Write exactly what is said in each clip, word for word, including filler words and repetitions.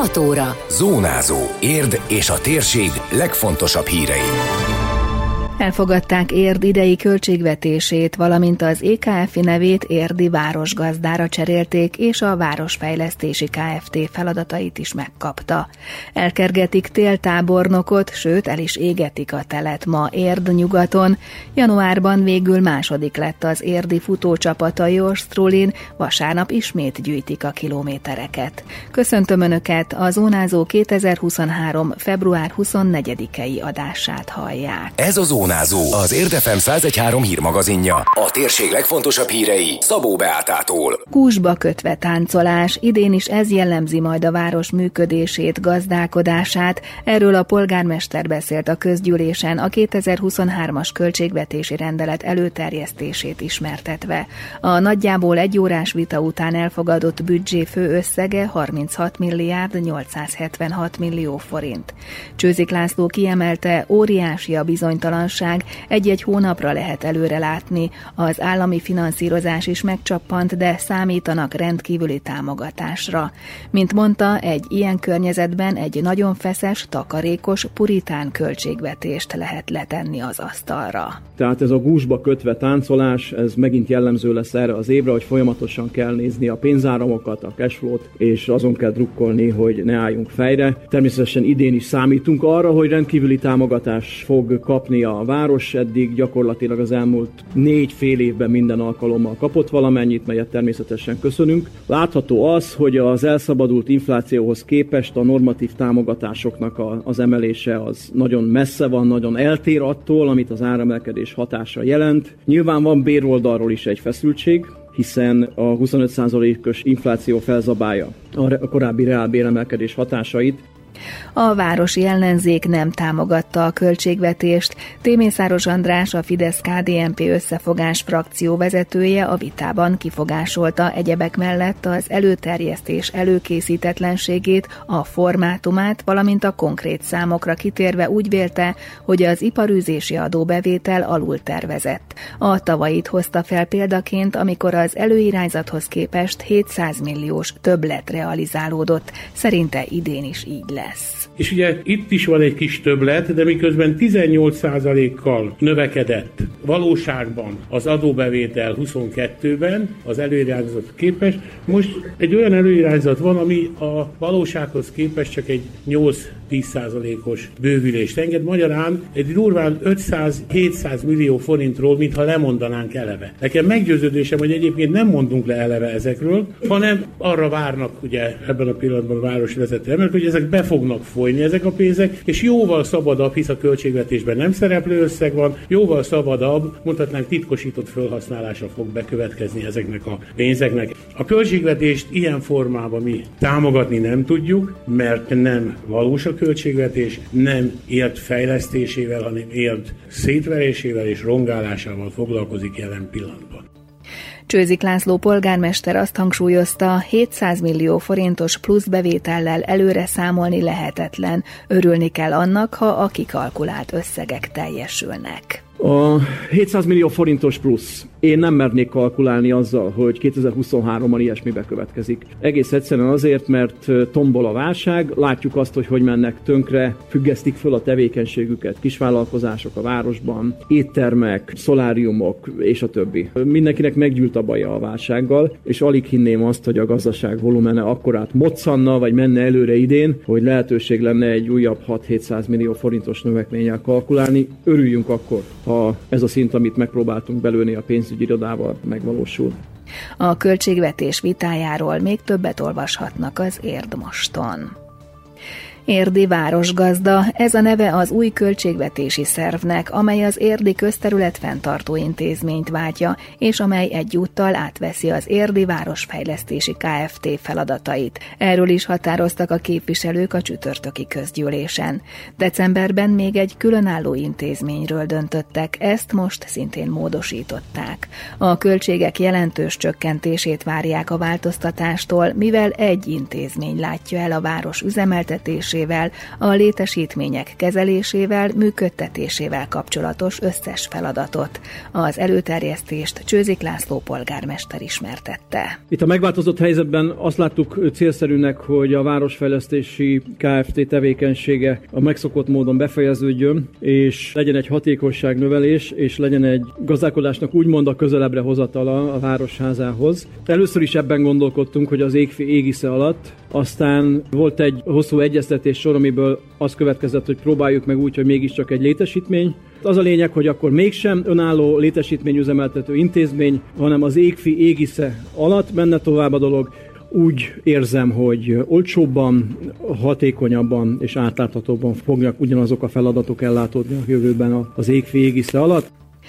hat óra. Zónázó. Érd és a térség legfontosabb hírei. Elfogadták Érd idei költségvetését, valamint az é ká ef nevét Érdi Városgazdára cserélték, és a Városfejlesztési Kft. Feladatait is megkapta. Elkergetik téltábornokot, sőt el is égetik a telet ma Érd nyugaton. Januárban végül második lett az érdi futócsapata Jorstrulin, vasárnap ismét gyűjtik a kilométereket. Köszöntöm Önöket, a Zónázó kétezer-huszonhárom. február huszonnegyedikei adását hallják. Ez a Zónázó, az Érd ef em száz egy pont három hírmagazinja. A térség legfontosabb hírei Szabó Beátától. Gúzsba kötve táncolás, idén is ez jellemzi majd a város működését, gazdálkodását. Erről a polgármester beszélt a közgyűlésen a kétezer-huszonhármas költségvetési rendelet előterjesztését ismertetve. A nagyjából egy órás vita után elfogadott büdzsé fő összege harminchat milliárd nyolcszázhetvenhat millió forint. Csőzik László kiemelte, óriási a bizonytalanság, egy-egy hónapra lehet előre látni. Az állami finanszírozás is megcsappant, de számítanak rendkívüli támogatásra. Mint mondta, egy ilyen környezetben egy nagyon feszes, takarékos, puritán költségvetést lehet letenni az asztalra. Tehát ez a gúzsba kötve táncolás, ez megint jellemző lesz erre az évre, hogy folyamatosan kell nézni a pénzáramokat, a cashflow-t, és azon kell drukkolni, hogy ne álljunk fejre. Természetesen idén is számítunk arra, hogy rendkívüli támogatás fog kapni a város, eddig gyakorlatilag az elmúlt négy fél évben minden alkalommal kapott valamennyit, melyet természetesen köszönünk. Látható az, hogy az elszabadult inflációhoz képest a normatív támogatásoknak a, az emelése az nagyon messze van, nagyon eltér attól, amit az áremelkedés hatása jelent. Nyilván van béroldalról is egy feszültség, hiszen a huszonöt százalékos infláció felzabálja a korábbi reálbéremelkedés hatásait. A városi ellenzék nem támogatta a költségvetést. Témészáros András, a Fidesz-ká dé en pé összefogás frakció vezetője a vitában kifogásolta egyebek mellett az előterjesztés előkészítetlenségét, a formátumát, valamint a konkrét számokra kitérve úgy vélte, hogy az iparűzési adóbevétel alul tervezett. A tavait hozta fel példaként, amikor az előirányzathoz képest hétszáz milliós többlet realizálódott. Szerinte idén is így lesz. És ugye itt is van egy kis többlet, de miközben tizennyolc százalékkal növekedett valóságban az adóbevétel huszonkettőben az előirányzat képest, most egy olyan előirányzat van, ami a valósághoz képest csak egy nyolc-tíz százalékos bővülést enged. Magyarán egy durván ötszáz-hétszáz millió forintról, mintha lemondanánk eleve. Nekem meggyőződésem, hogy egyébként nem mondunk le eleve ezekről, hanem arra várnak ugye ebben a pillanatban a városvezető emberek, hogy ezek be fognak folyni ezek a pénzek, és jóval szabadabb, hisz a költségvetésben nem szereplő összeg van, jóval szabadabb, mondhatnánk titkosított felhasználása fog bekövetkezni ezeknek a pénzeknek. A költségvetést ilyen formában mi támogatni nem tudjuk, mert nem valós a költségvetés, nem élt fejlesztésével, hanem élt szétverésével és rongálásával foglalkozik jelen pillanatban. Csőzik László polgármester azt hangsúlyozta, hétszáz millió forintos plusz bevétellel előre számolni lehetetlen. Örülni kell annak, ha a kikalkulált összegek teljesülnek. A hétszáz millió forintos plusz. Én nem mernék kalkulálni azzal, hogy kétezer-huszonháromban ilyesmi bekövetkezik. Egész egyszerűen azért, mert tombol a válság, látjuk azt, hogy hogy mennek tönkre, függesztik föl a tevékenységüket, kisvállalkozások a városban, éttermek, szoláriumok és a többi. Mindenkinek meggyűlt a baja a válsággal, és alig hinném azt, hogy a gazdaság volumene akkorát moccanna, vagy menne előre idén, hogy lehetőség lenne egy újabb hat-hétszáz millió forintos növekménnyel kalkulálni. Örüljünk akkor, ha ez a szint, amit megpróbáltunk belőni a pénzügyi irodával, megvalósul. A költségvetés vitájáról még többet olvashatnak az Érd Moston. Érdi Városgazda, ez a neve az új költségvetési szervnek, amely az Érdi Közterület Fenntartó Intézményt váltja, és amely egyúttal átveszi az Érdi Városfejlesztési Kft. Feladatait. Erről is határoztak a képviselők a csütörtöki közgyűlésen. Decemberben még egy különálló intézményről döntöttek, ezt most szintén módosították. A költségek jelentős csökkentését várják a változtatástól, mivel egy intézmény látja el a város üzemeltetését, építésével, a létesítmények kezelésével, működtetésével kapcsolatos összes feladatot. Az előterjesztést Csőzik László polgármester ismertette. Itt a megváltozott helyzetben azt láttuk célszerűnek, hogy a Városfejlesztési Kft. Tevékenysége a megszokott módon befejeződjön, és legyen egy hatékonyságnövelés, és legyen egy gazdálkodásnak úgymond a közelebbre hozatala a városházához. Először is ebben gondolkodtunk, hogy az égfi égisze alatt, aztán volt egy hosszú egyeztetés sor, amiből az következett, hogy próbáljuk meg úgy, hogy mégiscsak egy létesítmény. Az a lényeg, hogy akkor mégsem önálló létesítményüzemeltető intézmény, hanem az égfi égisze alatt menne tovább a dolog. Úgy érzem, hogy olcsóbban, hatékonyabban és átláthatóbban fognak ugyanazok a feladatok ellátódni a jövőben az égfi égisze alatt.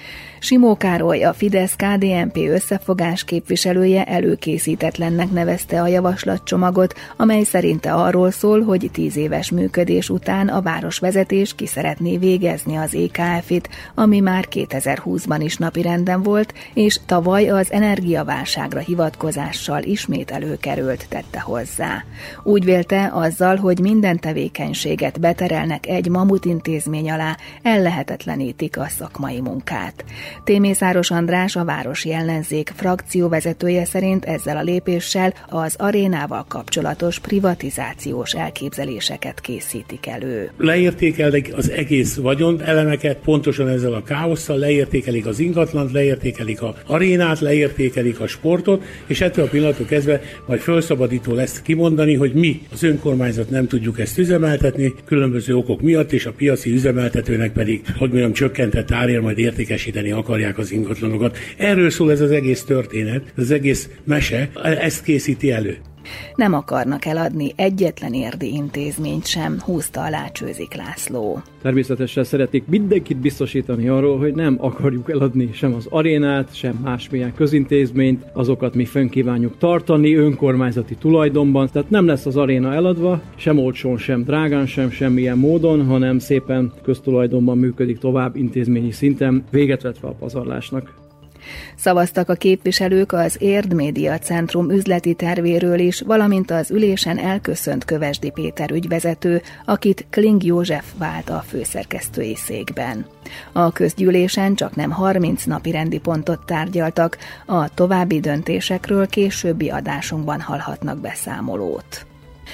Simó Károly, a Fidesz-ká dé en pé összefogás képviselője előkészítetlennek nevezte a javaslatcsomagot, amely szerinte arról szól, hogy tíz éves működés után a városvezetés ki szeretné végezni az é ká ef-it, ami már kétezer-húszban is napirenden volt, és tavaly az energiaválságra hivatkozással ismét előkerült, tette hozzá. Úgy vélte, azzal, hogy minden tevékenységet beterelnek egy mamutintézmény alá, ellehetetlenítik a szakmai munkát. Témészáros András, a városi ellenzék frakcióvezetője szerint ezzel a lépéssel az arénával kapcsolatos privatizációs elképzeléseket készítik elő. Leértékelik az egész vagyont, elemeket, pontosan ezzel a káosszal, leértékelik az ingatlant, leértékelik az arénát, leértékelik a sportot, és ettől a pillanattól kezdve majd felszabadító lesz kimondani, hogy mi, az önkormányzat nem tudjuk ezt üzemeltetni, különböző okok miatt, és a piaci üzemeltetőnek pedig, hogy mondjam, csökkentett árért majd értékesíteni akarják az ingatlanokat. Erről szól ez az egész történet, ez az egész mese, ezt készíti elő. Nem akarnak eladni egyetlen érdi intézményt sem, húzta alá Csőzik László. Természetesen szeretnék mindenkit biztosítani arról, hogy nem akarjuk eladni sem az arénát, sem másmilyen közintézményt, azokat mi fenn kívánjuk tartani önkormányzati tulajdonban, tehát nem lesz az aréna eladva, sem olcsón, sem drágán, sem semmilyen módon, hanem szépen köztulajdonban működik tovább intézményi szinten, véget vetve a pazarlásnak. Szavaztak a képviselők az Érd Média Centrum üzleti tervéről is, valamint az ülésen elköszönt Kövesdi Péter ügyvezető, akit Kling József vált a főszerkesztői székben. A közgyűlésen csaknem harminc napi rendi pontot tárgyaltak, a további döntésekről későbbi adásunkban hallhatnak beszámolót.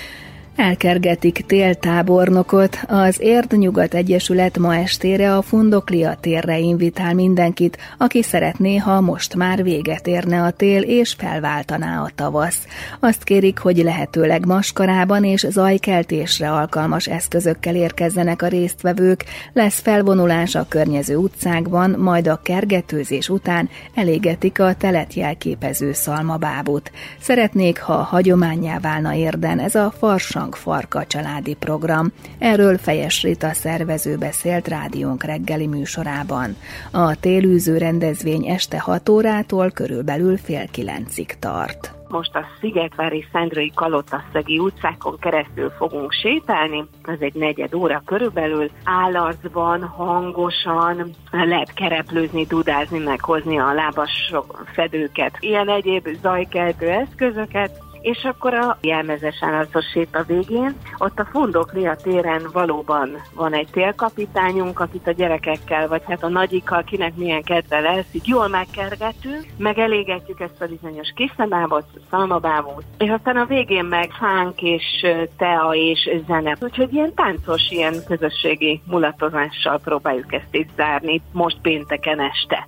Elkergetik téltábornokot. Az Érd-Nyugat Egyesület ma estére a Fundoklia térre invitál mindenkit, aki szeretné, ha most már véget érne a tél és felváltaná a tavasz. Azt kérik, hogy lehetőleg maskarában és zajkeltésre alkalmas eszközökkel érkezzenek a résztvevők, lesz felvonulás a környező utcákban, majd a kergetőzés után elégetik a telet jelképező szalmabábut. Szeretnék, ha hagyománnyá válna Érden ez a Farsang Farka családi program. Erről Fejes Rita szervező beszélt rádiónk reggeli műsorában. A télűző rendezvény este hat órától körülbelül fél kilencig tart. Most a Szigetvári, Szendrői, Kalotaszegi utcákon keresztül fogunk sétálni, ez egy negyed óra körülbelül, állarcban, hangosan, lehet kereplőzni, dudázni, meghozni a lábas fedőket, ilyen egyéb zajkeltő eszközöket, és akkor a jelmezes állarcos séta végén, ott a Fundoklia téren valóban van egy télkapitányunk, akit a gyerekekkel, vagy hát a nagyikkal, kinek milyen kedve lesz, így jól megkergetünk, megelégetjük ezt a bizonyos kiszabábot, szalmabábút, és aztán a végén meg fánk és tea és zene. Úgyhogy ilyen táncos, ilyen közösségi mulatozással próbáljuk ezt itt zárni, most pénteken este.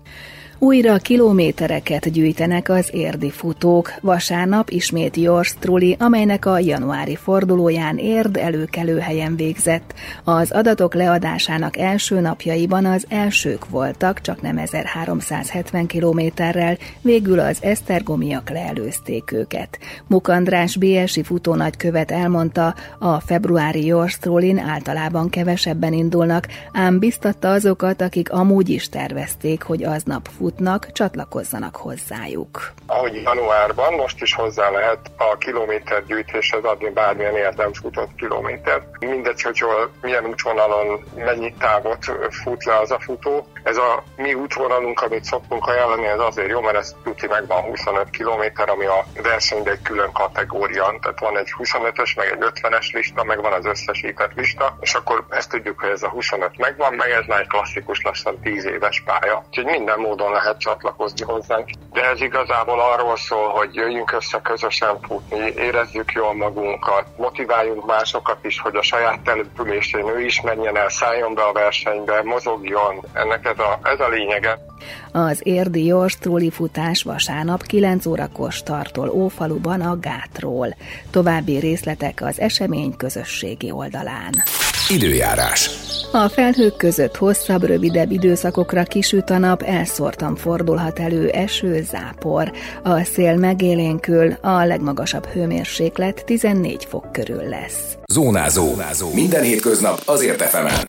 Újra kilométereket gyűjtenek az érdi futók. Vasárnap ismét Yours Truly, amelynek a januári fordulóján Érd előkelő helyen végzett. Az adatok leadásának első napjaiban az elsők voltak, csaknem ezerháromszázhetven kilométerrel, végül az esztergomiak leelőzték őket. Muk András bé es i futónagykövet elmondta, a februári Yours Trullyn általában kevesebben indulnak, ám biztatta azokat, akik amúgy is tervezték, hogy aznap fut futnak, csatlakozzanak hozzájuk. Ahogy januárban, most is hozzá lehet a kilométergyűjtéshez adni bármilyen érdemben futott kilométert. Mindegy, hogy hol, milyen útvonalon mennyi távot fut le az a futó. Ez a mi útvonalunk, amit szoktunk ajánlani, ez azért jó, mert ez tuti megvan huszonöt kilométer, ami a versenyben egy külön kategória. Tehát van egy huszonötös, meg egy ötvenes lista, meg van az összesített lista, és akkor ezt tudjuk, hogy ez a huszonöt megvan, meg ez már egy klasszikus lassan tíz éves pálya. Úgyhogy minden módon lehet csatlakozni hozzánk. De ez igazából arról szól, hogy jöjjünk össze közösen futni, érezzük jól magunkat, motiváljunk másokat is, hogy a saját településén ő is menjen el, szálljon be a versenybe, mozogjon. Ennek ez a, ez a lényege. Az érdiós trólifutás vasárnap kilenc órakor startol Ófaluban a Gátról. További részletek az esemény közösségi oldalán. Időjárás. A felhők között hosszabb, rövidebb időszakokra kisüt a nap, elszórtan fordulhat elő eső, zápor. A szél megélénkül, a legmagasabb hőmérséklet tizennégy fok körül lesz. Zónázó. Minden hétköznap az Érd ef emen.